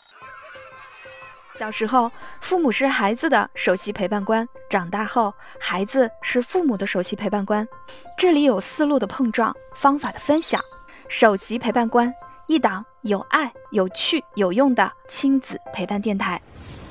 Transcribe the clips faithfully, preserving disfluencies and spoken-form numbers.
小时候，父母是孩子的首席陪伴官；长大后，孩子是父母的首席陪伴官。这里有思路的碰撞，方法的分享。首席陪伴官，一档有爱、有趣、有用的亲子陪伴电台。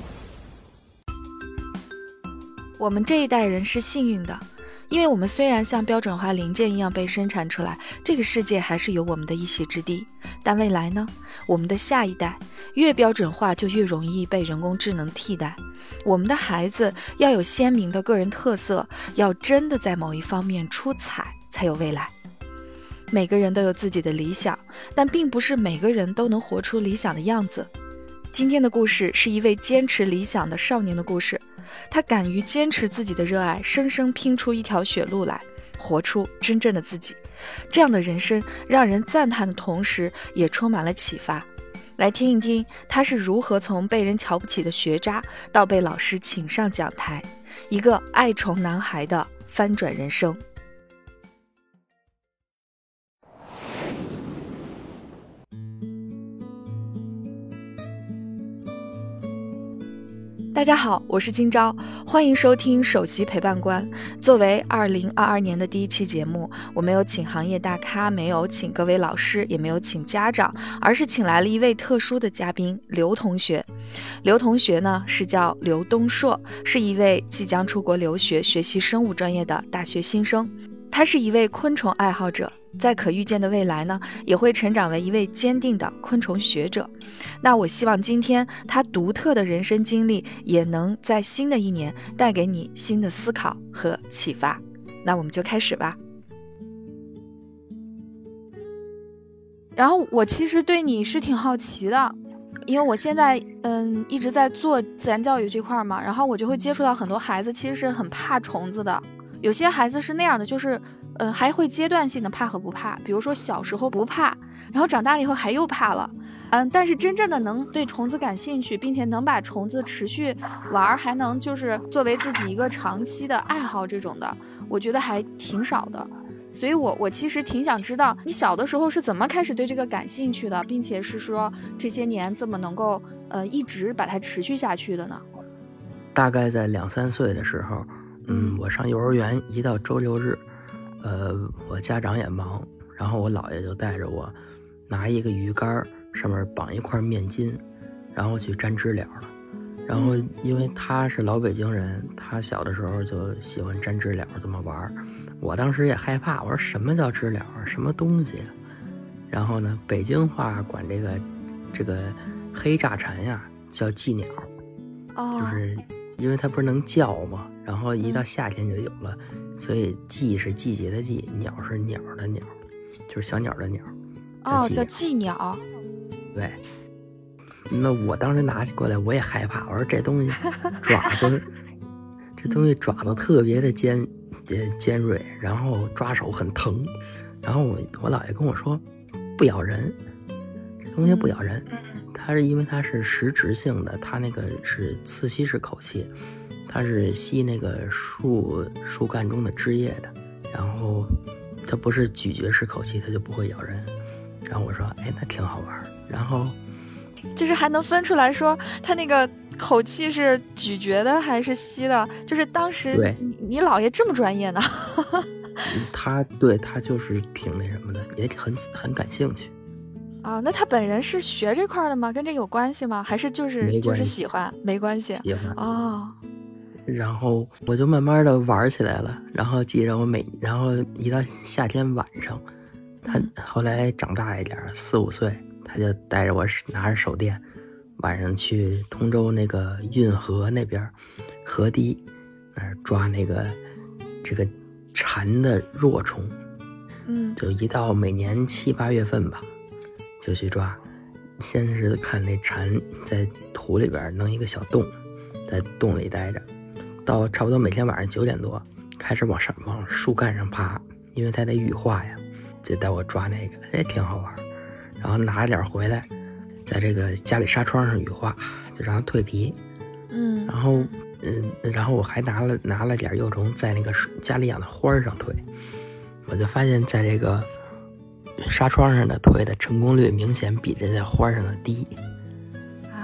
我们这一代人是幸运的，因为我们虽然像标准化零件一样被生产出来，这个世界还是有我们的一席之地。但未来呢？我们的下一代越标准化就越容易被人工智能替代。我们的孩子要有鲜明的个人特色，要真的在某一方面出彩，才有未来。每个人都有自己的理想，但并不是每个人都能活出理想的样子。今天的故事是一位坚持理想的少年的故事，他敢于坚持自己的热爱，生生拼出一条血路来，活出真正的自己。这样的人生让人赞叹的同时，也充满了启发。来听一听他是如何从被人瞧不起的学渣，到被老师请上讲台，一个爱宠男孩的翻转人生。大家好，我是今朝，欢迎收听首席陪伴官。作为二零二二年的第一期节目，我没有请行业大咖，没有请各位老师，也没有请家长，而是请来了一位特殊的嘉宾，刘同学。刘同学呢是叫刘东硕，是一位即将出国留学学习生物专业的大学新生。他是一位昆虫爱好者，在可预见的未来呢，也会成长为一位坚定的昆虫学者。那我希望今天他独特的人生经历，也能在新的一年带给你新的思考和启发。那我们就开始吧。然后我其实对你是挺好奇的，因为我现在嗯一直在做自然教育这块嘛，然后我就会接触到很多孩子其实是很怕虫子的。有些孩子是那样的，就是呃还会阶段性的怕和不怕，比如说小时候不怕，然后长大了以后还又怕了。嗯，但是真正的能对虫子感兴趣，并且能把虫子持续玩，还能就是作为自己一个长期的爱好这种的，我觉得还挺少的。所以我我其实挺想知道你小的时候是怎么开始对这个感兴趣的，并且是说这些年怎么能够呃一直把它持续下去的呢？ 大概在两三岁的时候，嗯，我上幼儿园，一到周六日，呃，我家长也忙，然后我姥爷就带着我拿一个鱼竿，上面绑一块面筋，然后去粘知了了。然后因为他是老北京人，他小的时候就喜欢粘知了这么玩。我当时也害怕，我说什么叫知了，什么东西？然后呢，北京话管这个这个黑炸蝉呀叫寄鸟，哦，就是因为它不是能叫吗？然后一到夏天就有了，嗯、所以季是季节的季，鸟是鸟的鸟，就是小鸟的鸟。 哦，叫寄鸟。 对。那我当时拿起过来，我也害怕，我说这东西爪子，这东西爪子特别的尖尖锐，然后抓手很疼。然后我我姥爷跟我说，不咬人，这东西不咬人。它是因为它是实质性的，它那个是刺吸式口气，它是吸那个树树干中的汁液的，然后它不是咀嚼式口气，它就不会咬人。然后我说，哎，那挺好玩。然后就是还能分出来说它那个口气是咀嚼的还是吸的，就是当时你你姥爷这么专业呢？ 他对他就是挺那什么的，也很很感兴趣。 啊，那他本人是学这块的吗？跟这有关系吗？还是就是就是喜欢？没关系， 喜欢哦。 然后我就慢慢的玩起来了，然后记着我每然后一到夏天晚上，他后来长大一点，四五岁，他就带着我拿着手电，晚上去通州那个运河那边河堤那儿抓那个这个蝉的弱虫，嗯，就一到每年七八月份吧，就去抓。先是看那蝉在土里边弄一个小洞，在洞里待着，到差不多每天晚上九点多开始往上往树干上爬，因为它得羽化呀，就带我抓那个，哎，挺好玩。然后拿点回来，在这个家里纱窗上羽化，就让它蜕皮。嗯，然后嗯，然后我还拿了拿了点幼虫在那个家里养的花上蜕，我就发现在这个纱窗上的蜕的成功率明显比这在花上的低。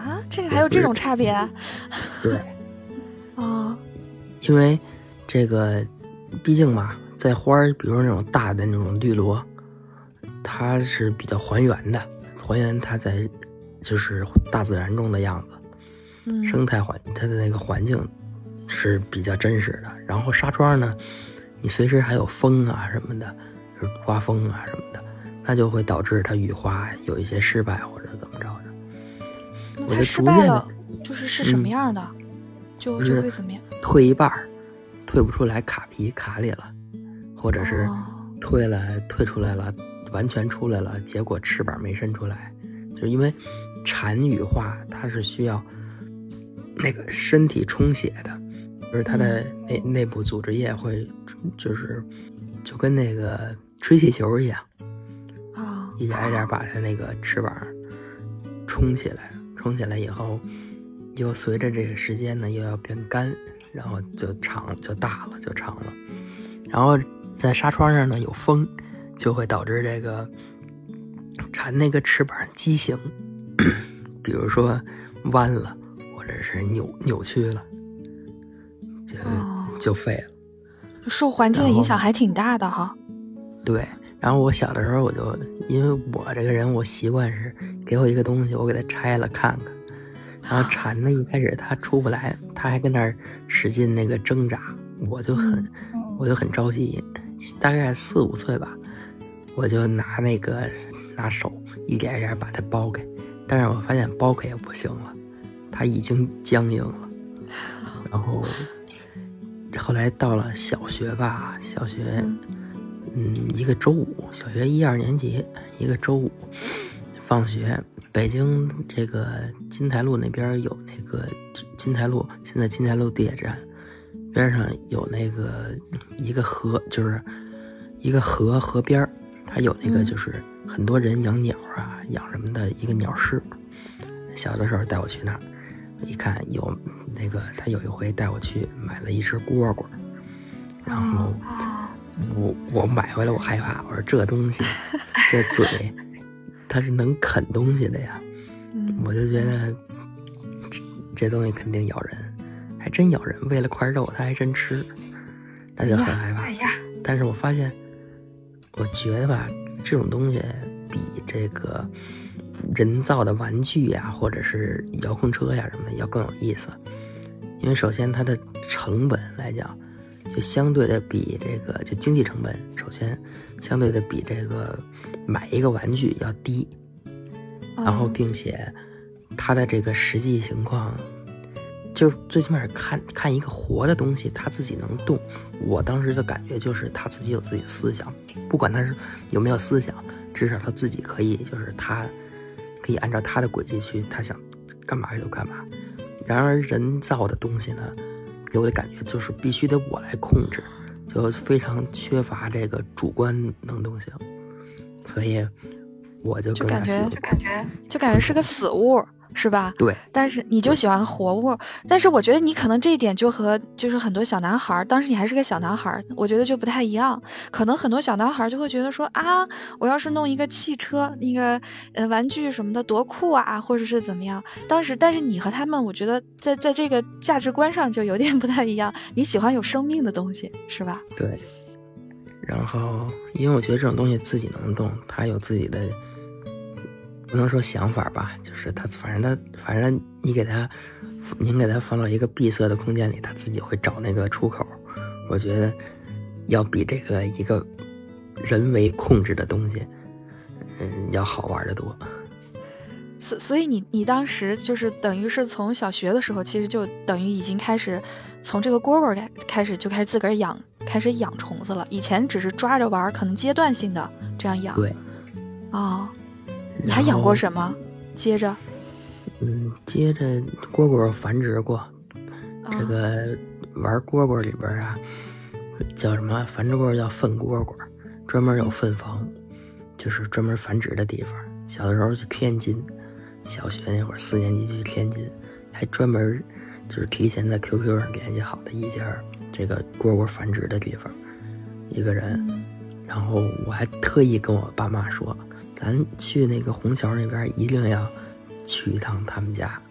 啊，这个还有这种差别啊？ 对， 哦， 因为这个毕竟嘛，在花儿，比如说那种大的那种绿萝，它是比较还原的，还原它在就是大自然中的样子， 嗯， 生态环它的那个环境是比较真实的。然后纱窗呢，你随时还有风啊什么的，就是刮风啊什么的，那就会导致它羽花有一些失败或者怎么着的。 那我就它失败逐渐的了，就是是什么样的？ 嗯、 就就是会怎么样？ 退一半儿，退不出来，卡皮卡里了，或者是退了、哦、退出来了，完全出来了，结果翅膀没伸出来，就是因为蝉羽化它是需要那个身体充血的，就是它的内、嗯、内部组织液会就是就跟那个吹气球一样啊、哦， 一点一点把它那个翅膀冲起来，冲起来以后，又随着这个时间呢又要变干，然后就长就大了，就长了。然后在纱窗上呢有风，就会导致这个蝉那个翅膀畸形，比如说弯了，或者是扭扭曲了，就、哦、就废了。 受环境的影响还挺大的哈。 对，然后我小的时候我就因为我这个人我习惯是给我一个东西我给它拆了看看，然后蝉呢一开始它出不来，它还跟那儿使劲那个挣扎，我就很、嗯、我就很着急，大概四五岁吧，我就拿那个拿手一点一点把它剥开，但是我发现剥开也不行了，它已经僵硬了。然后后来到了小学吧，小学嗯一个周五，小学一二年级一个周五放学，北京这个金台路那边有那个金台路，现在金台路地铁站边上有那个一个河，就是一个河河边，它有那个就是很多人养鸟啊、嗯、养什么的一个鸟市。小的时候带我去那儿，一看有那个，他有一回带我去买了一只蝈蝈，然后我我买回来我害怕，我说这东西这嘴它是能啃东西的呀，我就觉得这这东西肯定咬人，还真咬人，为了块肉它还真吃，那就很害怕。但是我发现我觉得吧，这种东西比这个人造的玩具呀、啊，或者是遥控车呀什么的要更有意思，因为首先它的成本来讲，就相对的比这个就经济成本，首先相对的比这个买一个玩具要低，然后并且它的这个实际情况，就是最起码看看一个活的东西，它自己能动。我当时的感觉就是它自己有自己的思想，不管它是有没有思想，至少它自己可以，就是它可以按照它的轨迹去，它想干嘛就干嘛。然而人造的东西呢，给我的感觉就是必须得我来控制，就非常缺乏这个主观能动性，所以我就更加喜欢， 就感觉就感觉是个死物。是吧？ 对， 但是你就喜欢活物，但是我觉得你可能这一点就和就是很多小男孩，当时你还是个小男孩，我觉得就不太一样。可能很多小男孩就会觉得说啊，我要是弄一个汽车，那个呃玩具什么的多酷啊，或者是怎么样。当时，但是你和他们，我觉得在在这个价值观上就有点不太一样。你喜欢有生命的东西，是吧？ 对。然后，因为我觉得这种东西自己能动，它有自己的。不能说想法吧，就是他，反正他，反正你给他，您给他放到一个闭塞的空间里，他自己会找那个出口。我觉得要比这个一个人为控制的东西，嗯，要好玩得多。 所所以你你当时就是等于是从小学的时候，其实就等于已经开始从这个蝈蝈开开始就开始自个儿养，开始养虫子了。以前只是抓着玩，可能阶段性的这样养。 对。 哦。你还养过什么？接着， 嗯，接着蝈蝈繁殖过。哦、这个玩蝈蝈里边啊，叫什么？繁殖蝈叫粪蝈蝈，专门有粪房，就是专门繁殖的地方。小的时候去天津，小学那会儿四年级去天津，还专门就是提前在 Q Q 上联系好的一家这个蝈蝈繁殖的地方，一个人。嗯、然后我还特意跟我爸妈说。咱去那个虹桥那边一定要去一趟他们家，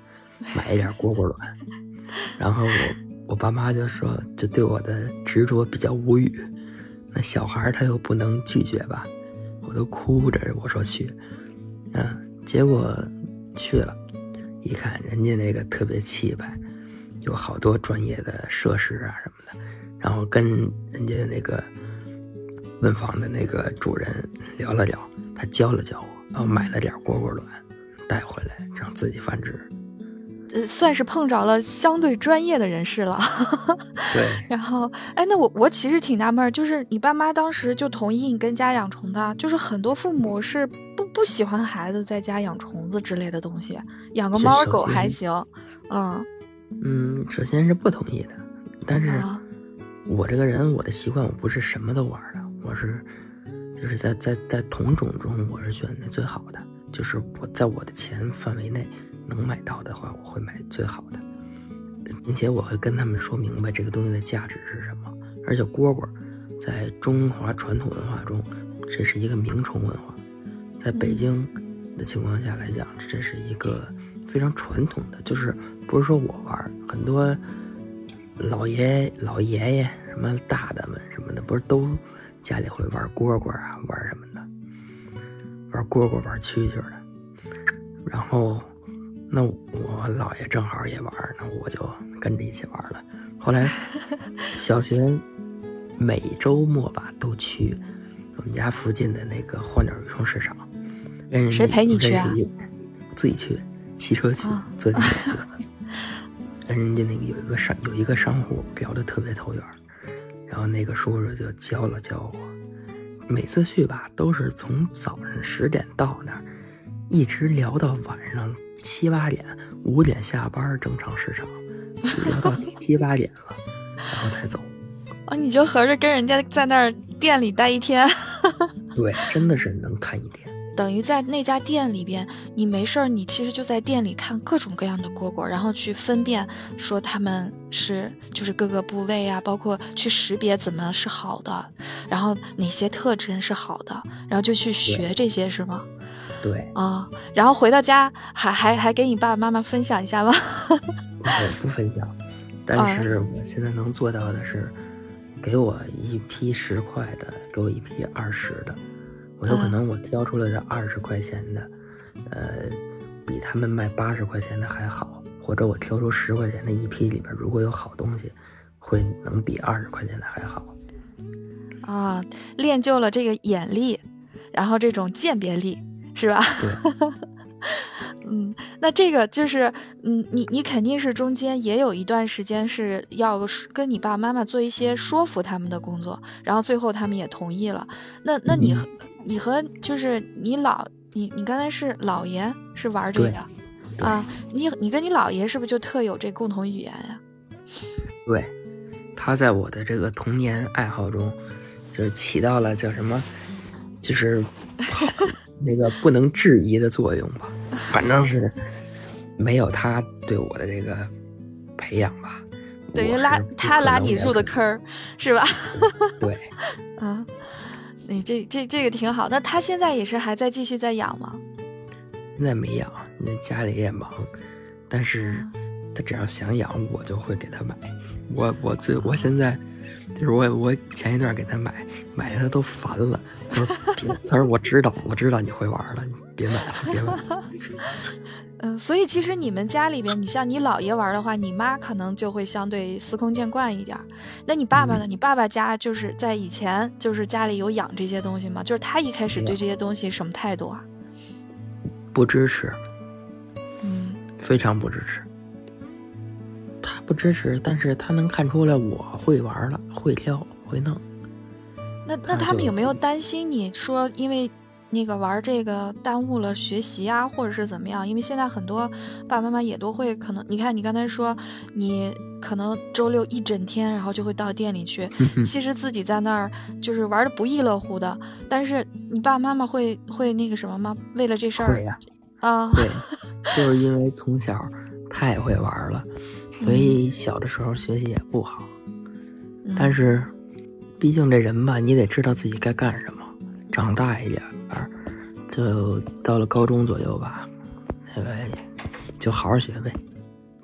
买一点蝈蝈卵。然后我我爸妈就说，就对我的执着比较无语。那小孩他又不能拒绝吧，我都哭着我说去，嗯，结果去了，一看人家那个特别气派，有好多专业的设施啊什么的，然后跟人家那个问房的那个主人聊了聊，他教了教我，然后买了点蝈蝈卵带回来让自己繁殖。 呃，算是碰着了相对专业的人士了。 对。 然后，哎，那我我其实挺纳闷，就是你爸妈当时就同意你跟家养虫的，就是很多父母是不不喜欢孩子在家养虫子之类的东西，养个猫狗还行。嗯嗯，首先是不同意的，但是我这个人我的习惯，我不是什么都玩的，我是就是在在在同种中我是选的最好的，就是我在我的钱范围内能买到的话，我会买最好的，并且我会跟他们说明白这个东西的价值是什么。而且蝈蝈在中华传统文化中，这是一个鸣虫文化，在北京的情况下来讲，这是一个非常传统的，就是不是说我玩，很多老爷老爷爷什么大的们什么的，不是都家里会玩蝈蝈啊，玩什么的，玩蝈蝈玩蛐蛐的。然后那我姥爷正好也玩，那我就跟着一起玩了。后来小学每周末吧都去我们家附近的那个花鸟鱼虫市场。 谁陪你去啊？ 自己去，骑车去， 啊、 坐地铁去。跟人家那个有一个商有一个商户聊得特别投缘，然后那个叔叔就教了教我。每次去吧，都是从早上十点到那儿，一直聊到晚上七八点，五点下班正常市场，聊到七八点了，然后才走。 哦，你就合着跟人家在那儿店里待一天？ 对，真的是能看一天。 等于在那家店里边，你没事儿，你其实就在店里看各种各样的蝈蝈，然后去分辨说他们是就是各个部位啊，包括去识别怎么是好的，然后哪些特征是好的，然后就去学这些，是吗？ 对啊、哦，然后回到家还还还给你爸爸妈妈分享一下吗？ 我不分享，但是我现在能做到的是，给我一批十块的，给我一批二十的。我有可能我挑出来的二十块钱的，嗯、呃，比他们卖八十块钱的还好，或者我挑出十块钱的一批里边，如果有好东西，会能比二十块钱的还好。 啊，练就了这个眼力，然后这种鉴别力，是吧？ 对。 嗯，那这个就是，嗯，你你肯定是中间也有一段时间是要跟你爸爸妈妈做一些说服他们的工作，然后最后他们也同意了。那那你和、嗯、你和就是你姥你你刚才是姥爷是玩这个啊？你你跟你姥爷是不是就特有这共同语言呀？ 对，他在我的这个童年爱好中，就是起到了叫什么，就是那个不能质疑的作用吧。反正是没有他对我的这个培养吧， 等于拉他拉你入的坑是吧？ 对， 嗯，你这这这个挺好。那他现在也是还在继续在养吗？ 现在没养，那家里也忙，但是他只要想养，我就会给他买。我我最我现在就是我我前一段给他买，买的他都烦了。他说别，他说我知道，我知道你会玩了，你别买了，别买了。 嗯，所以其实你们家里边，你像你姥爷玩的话，你妈可能就会相对司空见惯一点。那你爸爸呢？嗯、你爸爸家就是在以前就是家里有养这些东西吗？就是他一开始对这些东西什么态度啊？ 不支持。 嗯， 非常不支持。他不支持，但是他能看出来我会玩了，会挑，会弄。 那那他们有没有担心你说因为那个玩这个耽误了学习啊，或者是怎么样？因为现在很多爸爸妈妈也都会可能，你看你刚才说你可能周六一整天，然后就会到店里去，其实自己在那儿就是玩的不亦乐乎的，但是你爸爸妈妈会会那个什么吗？为了这事儿？ 会呀、 啊， 对，就是因为从小太会玩了，所以小的时候学习也不好，嗯、但是。毕竟这人吧，你得知道自己该干什么。长大一点儿，就到了高中左右吧，那个就好好学呗。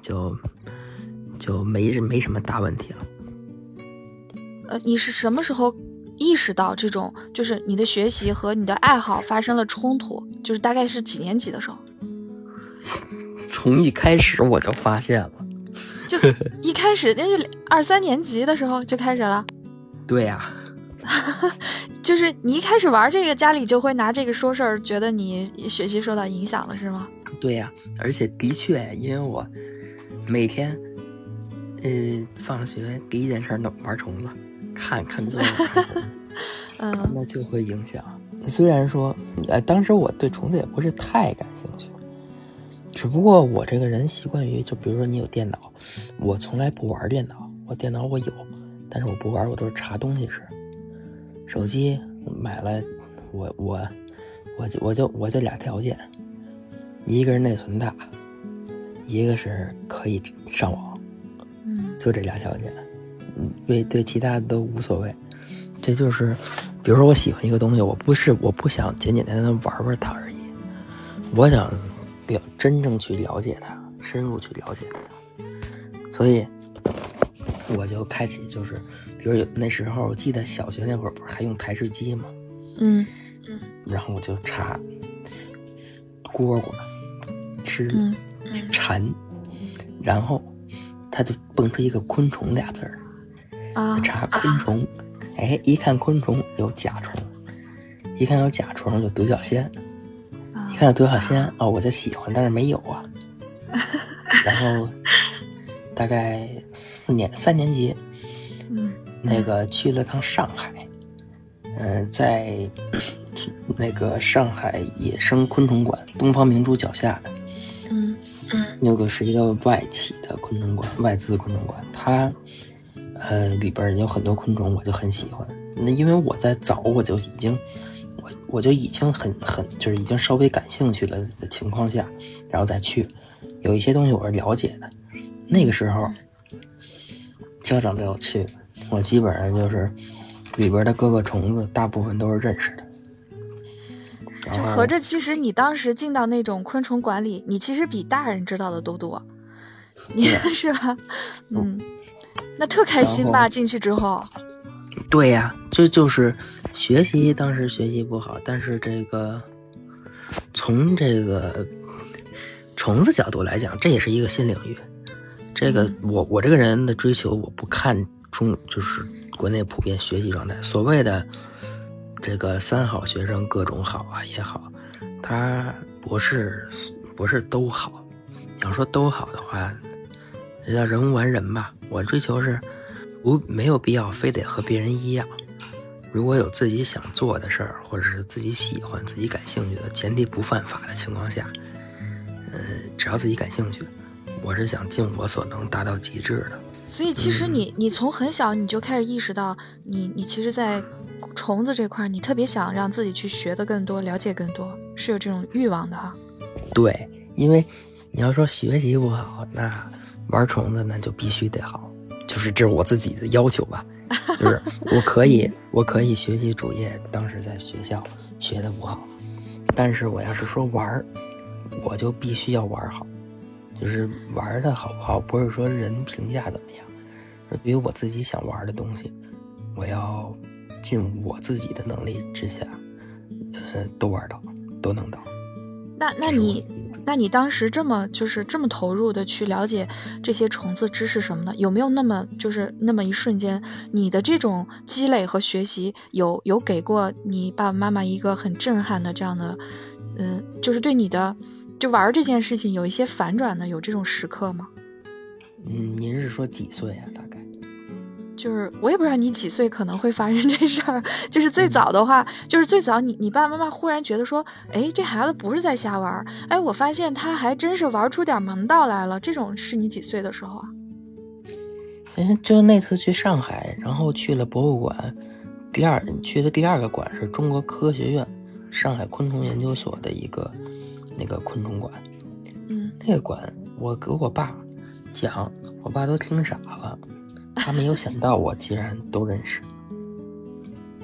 就就没没什么大问题了。 呃，你是什么时候意识到这种就是你的学习和你的爱好发生了冲突？就是大概是几年级的时候？ 从一开始我就发现了， 就一开始那就二三年级的时候就开始了。 对呀、 啊，就是你一开始玩这个，家里就会拿这个说事儿，觉得你学习受到影响了，是吗？ 对呀、啊，而且的确，因为我每天，呃，放了学第一件事弄玩虫子，看看作业，嗯，那就会影响。虽然说，呃，当时我对虫子也不是太感兴趣，只不过我这个人习惯于，就比如说你有电脑，我从来不玩电脑，我电脑我有，但是我不玩，我都是查东西吃。手机买了，我我我就我就我就俩条件，一个是内存大，一个是可以上网， 嗯， 就这俩条件，嗯，对对，其他的都无所谓。这就是，比如说我喜欢一个东西，我不是我不想简简单单的玩玩它而已，我想了真正去了解它，深入去了解它，所以我就开启就是。比如有那时候，我记得小学那会儿不是还用台式机吗？ 嗯嗯， 然后我就查蝈蝈吃蝉、嗯，然后他就蹦出一个昆虫俩字儿啊，查昆虫，啊、哎，一看昆虫有甲虫，一看有甲虫有独角仙，啊、一看有独角仙哦，我就喜欢，但是没有啊。然后大概四年三年级， 嗯。 那个去了趟上海，嗯、呃，在那个上海野生昆虫馆东方明珠脚下的， 嗯嗯， 那个是一个外企的昆虫馆，外资昆虫馆，它呃里边有很多昆虫，我就很喜欢。那因为我在早我就已经我我就已经很很就是已经稍微感兴趣了的情况下，然后再去，有一些东西我是了解的。那个时候家长带我去。我基本上就是里边的各个虫子大部分都是认识的， 就合着其实你当时进到那种昆虫馆里，你其实比大人知道的都多，你是吧？嗯，那特开心吧？进去之后， 对呀、啊，这就是学习，当时学习不好，但是这个从这个虫子角度来讲，这也是一个新领域。这个、嗯、我我这个人的追求，我不看中就是国内普遍学习状态，所谓的这个三好学生各种好啊也好，他不是不是都好。你要说都好的话，这叫人无完人吧。我追求是无没有必要非得和别人一样。如果有自己想做的事儿，或者是自己喜欢、自己感兴趣的，前提不犯法的情况下，呃，只要自己感兴趣，我是想尽我所能达到极致的。 所以其实你、嗯、你从很小你就开始意识到你你其实在虫子这块你特别想让自己去学的更多，了解更多，是有这种欲望的哈。 对，因为你要说学习不好，那玩虫子那就必须得好，就是这是我自己的要求吧。就是我可以我可以学习主业，当时在学校学的不好，但是我要是说玩我就必须要玩好。就是玩的好不好，不是说人评价怎么样，对于我自己想玩的东西，我要尽我自己的能力之下，呃，都玩到，都能到。 那那你那你当时这么就是这么投入的去了解这些虫子知识什么的，有没有那么就是那么一瞬间，你的这种积累和学习有有给过你爸爸妈妈一个很震撼的这样的，嗯、呃，就是对你的。就玩这件事情有一些反转的，有这种时刻吗？ 嗯，您是说几岁啊？大概就是我也不知道你几岁可能会发生这事儿。就是最早的话，嗯、就是最早你你爸爸妈妈忽然觉得说，哎，这孩子不是在瞎玩，哎，我发现他还真是玩出点门道来了。这种是你几岁的时候啊？ 哎，就那次去上海，然后去了博物馆，第二去的第二个馆是中国科学院上海昆虫研究所的一个。那个昆虫馆， 嗯， 那个馆我给我爸讲，我爸都听傻了，他没有想到我竟然都认识。 啊、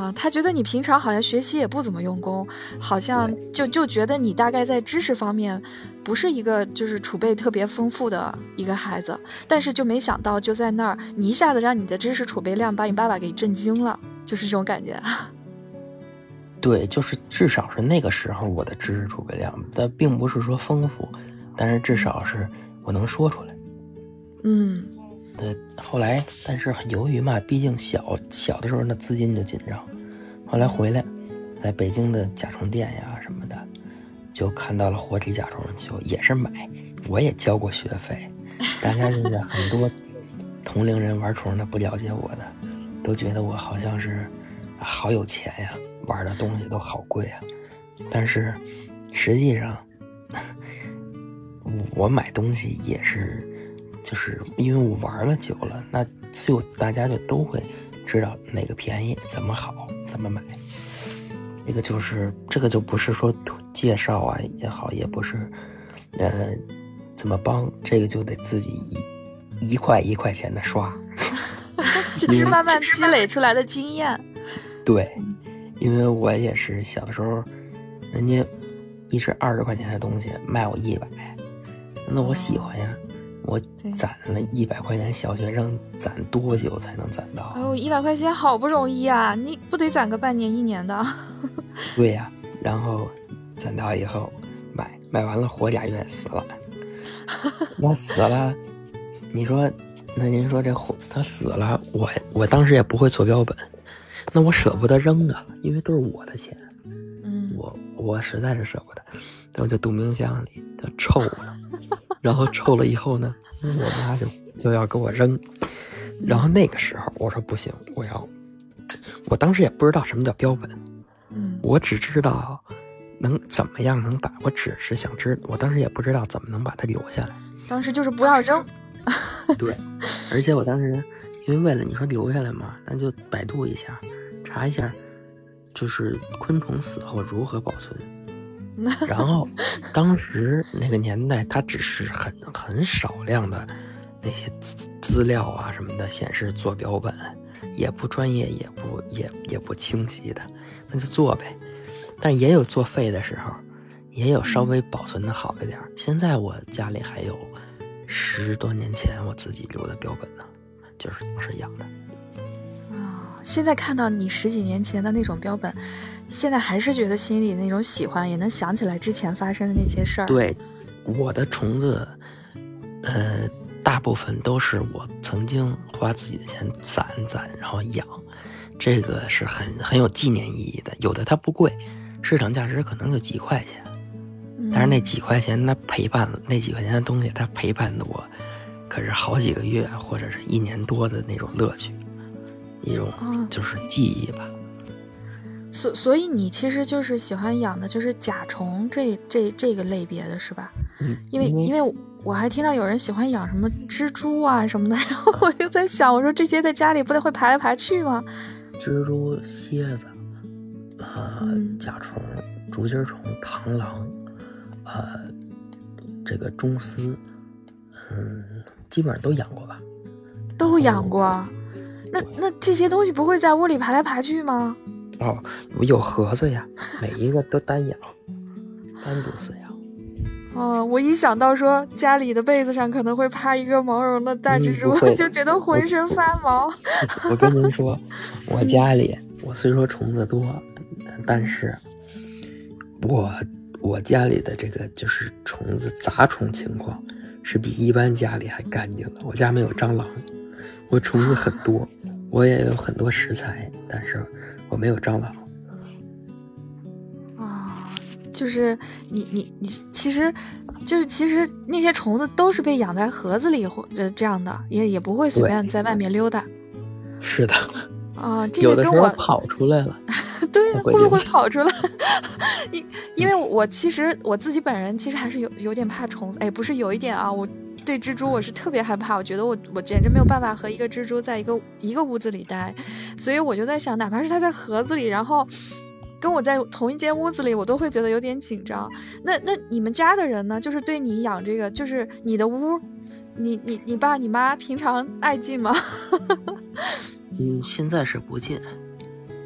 啊，他觉得你平常好像学习也不怎么用功，好像就就觉得你大概在知识方面不是一个就是储备特别丰富的一个孩子，但是就没想到就在那儿，你一下子让你的知识储备量把你爸爸给震惊了，就是这种感觉。 对，就是至少是那个时候我的知识储备量，但并不是说丰富，但是至少是我能说出来。 嗯。 呃，后来，但是由于嘛，毕竟小小的时候那资金就紧张，后来回来，在北京的甲虫店呀什么的，就看到了活体甲虫，就也是买，我也交过学费。大家现在很多同龄人玩虫的不了解我的，都觉得我好像是、啊、好有钱呀，玩的东西都好贵啊。但是实际上，我买东西也是。就是因为我玩了久了，那就大家就都会知道哪个便宜怎么好怎么买。这个就是这个就不是说介绍啊也好，也不是呃怎么帮，这个就得自己一一块一块钱的刷。 这是慢慢积累出来的经验。 对，因为我也是小的时候，人家一直二十块钱的东西卖我一百，那我喜欢呀。我攒了一百块钱，小学生攒多久才能攒到？ 哎呦，一百块钱好不容易啊！你不得攒个半年一年的？ 对呀、啊，然后攒到以后买，买完了活甲月死了，那死了，你说，那您说这他死了，我我当时也不会做标本，那我舍不得扔啊，因为都是我的钱， 嗯， 我我实在是舍不得，然后就冻冰箱里，就臭了。然后臭了以后呢，我妈就就要给我扔，然后那个时候我说不行，我要，我当时也不知道什么叫标本， 嗯， 我只知道能怎么样能把，我只是想知，我当时也不知道怎么能把它留下来， 当时就是不要扔， 对，而且我当时因为为了你说留下来嘛，那就百度一下，查一下，就是昆虫死后如何保存。然后当时那个年代它只是很很少量的那些资资料啊什么的显示做标本，也不专业，也不也也不清晰的，那就做呗。但也有作废的时候，也有稍微保存的好一点。现在我家里还有十多年前我自己留的标本呢，就是当时养的。 啊，现在看到你十几年前的那种标本，现在还是觉得心里那种喜欢，也能想起来之前发生的那些事儿。 对，我的虫子，呃，大部分都是我曾经花自己的钱攒攒，然后养，这个是很很有纪念意义的。有的它不贵，市场价值可能就几块钱，但是那几块钱它陪伴了，那几块钱的东西它陪伴的我，可是好几个月或者是一年多的那种乐趣，一种就是记忆吧。 所所以你其实就是喜欢养的就是甲虫这这这个类别的是吧？ 嗯， 因为因为我还听到有人喜欢养什么蜘蛛啊什么的，然后我就在想，我说这些在家里不得会爬来爬去吗？ 蜘蛛、蝎子，呃， 嗯、 甲虫、竹节虫、螳螂，呃，这个螽斯，嗯，基本上都养过吧？ 都养过。那那这些东西不会在屋里爬来爬去吗？ 哦，有盒子呀，每一个都单养，单独饲养。 哦，我一想到说家里的被子上可能会趴一个毛绒的大蜘蛛， 嗯、 就觉得浑身发毛。 我跟您说，我家里我虽说虫子多，但是我我家里的这个就是虫子杂虫情况是比一般家里还干净的。我家没有蟑螂，我虫子很多，我也有很多食材，但是我没有蟑螂。 啊，就是你你你，其实就是其实那些虫子都是被养在盒子里或者这样的，也也不会随便在外面溜达。 是的。 啊，这个跟我有的时候跑出来了。 对，会不会跑出来？因因为我其实我自己本人其实还是有有点怕虫子，哎，不是有一点啊，我对蜘蛛我是特别害怕，我觉得我我简直没有办法和一个蜘蛛在一个一个屋子里待，所以我就在想，哪怕是它在盒子里，然后跟我在同一间屋子里，我都会觉得有点紧张。那那你们家的人呢？就是对你养这个，就是你的屋，你你你爸你妈平常爱进吗？ 嗯，现在是不进，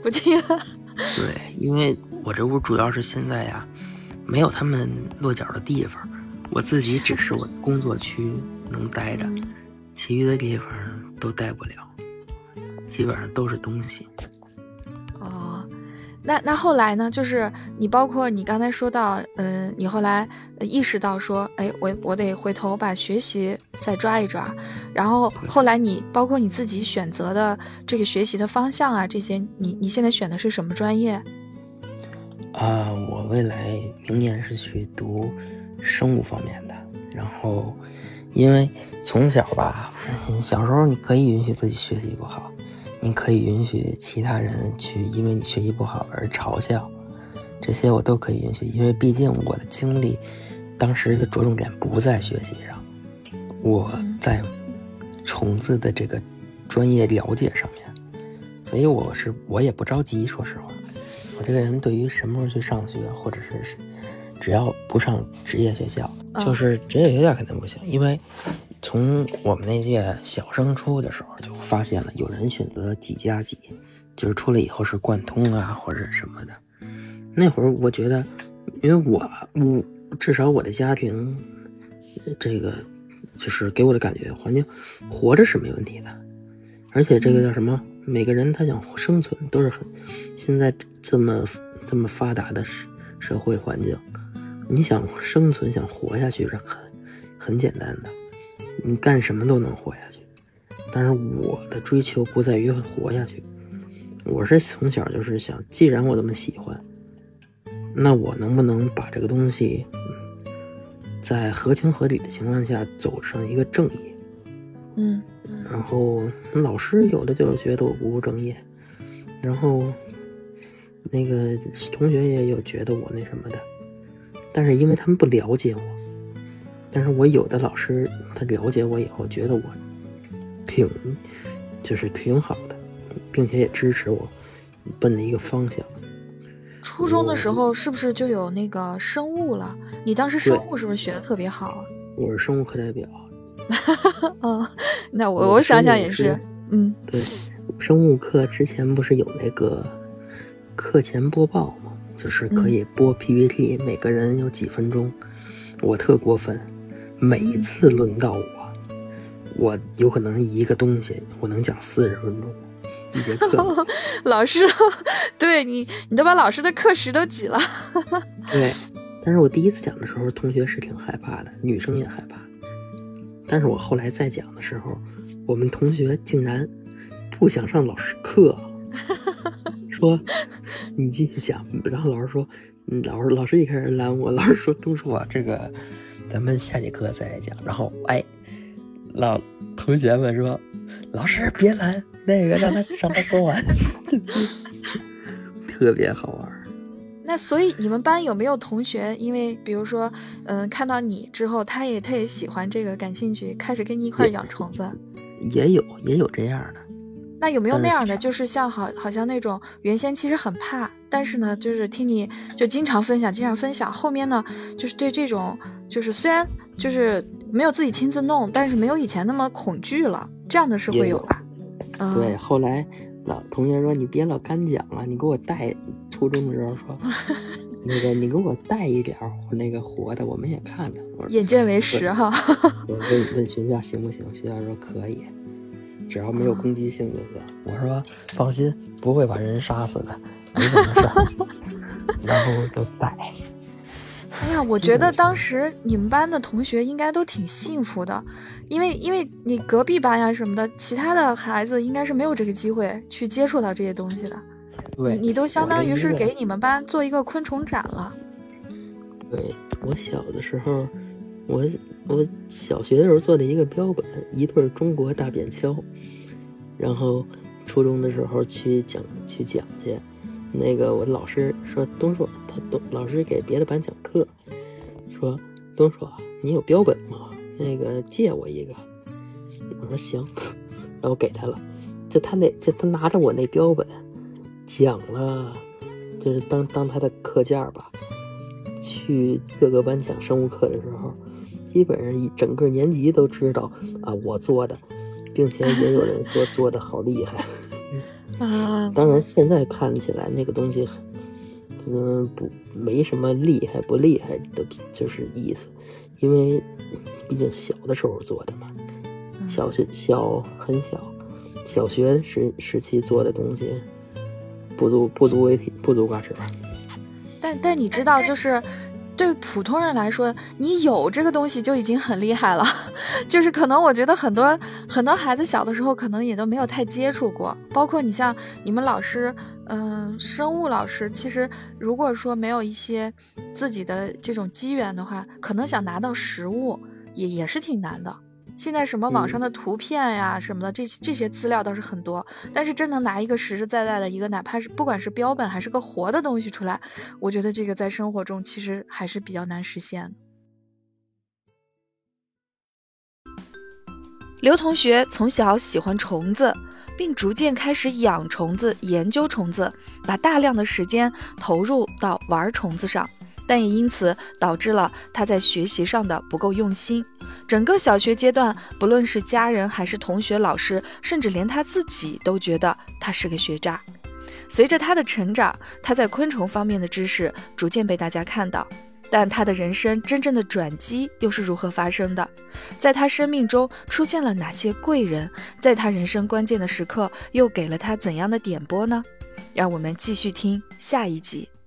不听。 对，因为我这屋主要是现在呀，没有他们落脚的地方，我自己只是我工作区能待着， 嗯、 其余的地方都待不了，基本上都是东西。 哦，那那后来呢？就是你包括你刚才说到，嗯、呃，你后来意识到说，哎，我我得回头把学习再抓一抓，然后后来你包括你自己选择的这个学习的方向啊，这些你你现在选的是什么专业？ 啊，我未来明年是去读生物方面的，然后因为从小吧，小时候你可以允许自己学习不好，你可以允许其他人去因为你学习不好而嘲笑，这些我都可以允许，因为毕竟我的精力当时的着重点不在学习上，我在虫子的这个专业了解上面，所以我是我也不着急，说实话，我这个人对于什么时候去上学，或者是只要不上职业学校，就是职业学校肯定不行，因为从我们那届小升初的时候就发现了有人选择几加几，就是出来以后是贯通啊或者什么的。那会儿我觉得，因为我我至少我的家庭这个就是给我的感觉环境活着是没问题的，而且这个叫什么，每个人他想生存都是很现在这么这么发达的社会环境，你想生存想活下去是很很简单的，你干什么都能活下去。但是我的追求不在于活下去，我是从小就是想，既然我这么喜欢，那我能不能把这个东西在合情合理的情况下走上一个正义。 嗯， 然后老师有的就觉得我不务正业，然后那个同学也有觉得我那什么的，但是因为他们不了解我，但是我有的老师他了解我以后觉得我挺就是挺好的，并且也支持我奔着一个方向。 初中的时候是不是就有那个生物了？你当时生物是不是学的特别好啊？ 我是生物课代表。 哦，那我我想想也是，嗯， 对，生物课之前不是有那个课前播报吗？就是可以播 P P T，、嗯、每个人有几分钟。我特过分，每一次轮到我，嗯、我有可能一个东西我能讲四十分钟，一节课。 老师，对你，你都把老师的课时都挤了。 对，但是我第一次讲的时候，同学是挺害怕的，女生也害怕。但是我后来再讲的时候，我们同学竟然不想上老师课，说你继续讲。然后老师说，嗯，老师老师一开始拦我，老师说东叔啊，这个咱们下节课再来讲。然后哎，老同学们说，老师别拦，那个让他让他说完，特别好玩。 那所以你们班有没有同学，因为比如说，嗯、呃，看到你之后，他也他也喜欢这个，感兴趣，开始跟你一块养虫子？ 也有也有这样的。 那有没有那样的，就是像好好像那种原先其实很怕，但是呢，就是听你就经常分享，经常分享，后面呢，就是对这种就是虽然就是没有自己亲自弄，但是没有以前那么恐惧了，这样的是会有吧？ 嗯、对，后来老同学说你别老干讲了，你给我带。初中的时候说，那个你给我带一点那个活的，我们也看看。 眼见为实哈。 我问问学校行不行，学校说可以，只要没有攻击性就行。我说放心，不会把人杀死的，没什么事儿。然后就带。 哎呀，我觉得当时你们班的同学应该都挺幸福的，因为因为你隔壁班呀什么的，其他的孩子应该是没有这个机会去接触到这些东西的。 对， 你你都相当于是给你们班做一个昆虫展了。 对，我小的时候，我我小学的时候做的一个标本，一对中国大扁锹，然后初中的时候去讲去讲去，那个我老师说东硕，他东老师给别的班讲课，说东硕你有标本吗？那个借我一个。我说行，然后给他了，就他那就他拿着我那标本。讲了，就是当当他的课件吧，去各个班讲生物课的时候，基本上一整个年级都知道啊我做的，并且也有人说做的好厉害。 啊， 当然现在看起来那个东西嗯不没什么厉害不厉害的就是意思，因为毕竟小的时候做的嘛，小学小很小小学时时期做的东西不足不足为不足挂齿。 但但你知道，就是对普通人来说，你有这个东西就已经很厉害了。就是可能我觉得很多很多孩子小的时候可能也都没有太接触过，包括你像你们老师，嗯、呃，生物老师，其实如果说没有一些自己的这种机缘的话，可能想拿到实物也也是挺难的。现在什么网上的图片呀、嗯、什么的，这这些资料倒是很多，但是真能拿一个实实在在的一个，哪怕是不管是标本还是个活的东西出来，我觉得这个在生活中其实还是比较难实现的。刘同学从小喜欢虫子，并逐渐开始养虫子、研究虫子，把大量的时间投入到玩虫子上，但也因此导致了他在学习上的不够用心。整个小学阶段，不论是家人还是同学、老师，甚至连他自己都觉得他是个学渣。随着他的成长，他在昆虫方面的知识逐渐被大家看到，但他的人生真正的转机又是如何发生的？在他生命中出现了哪些贵人？在他人生关键的时刻又给了他怎样的点拨呢？让我们继续听下一集。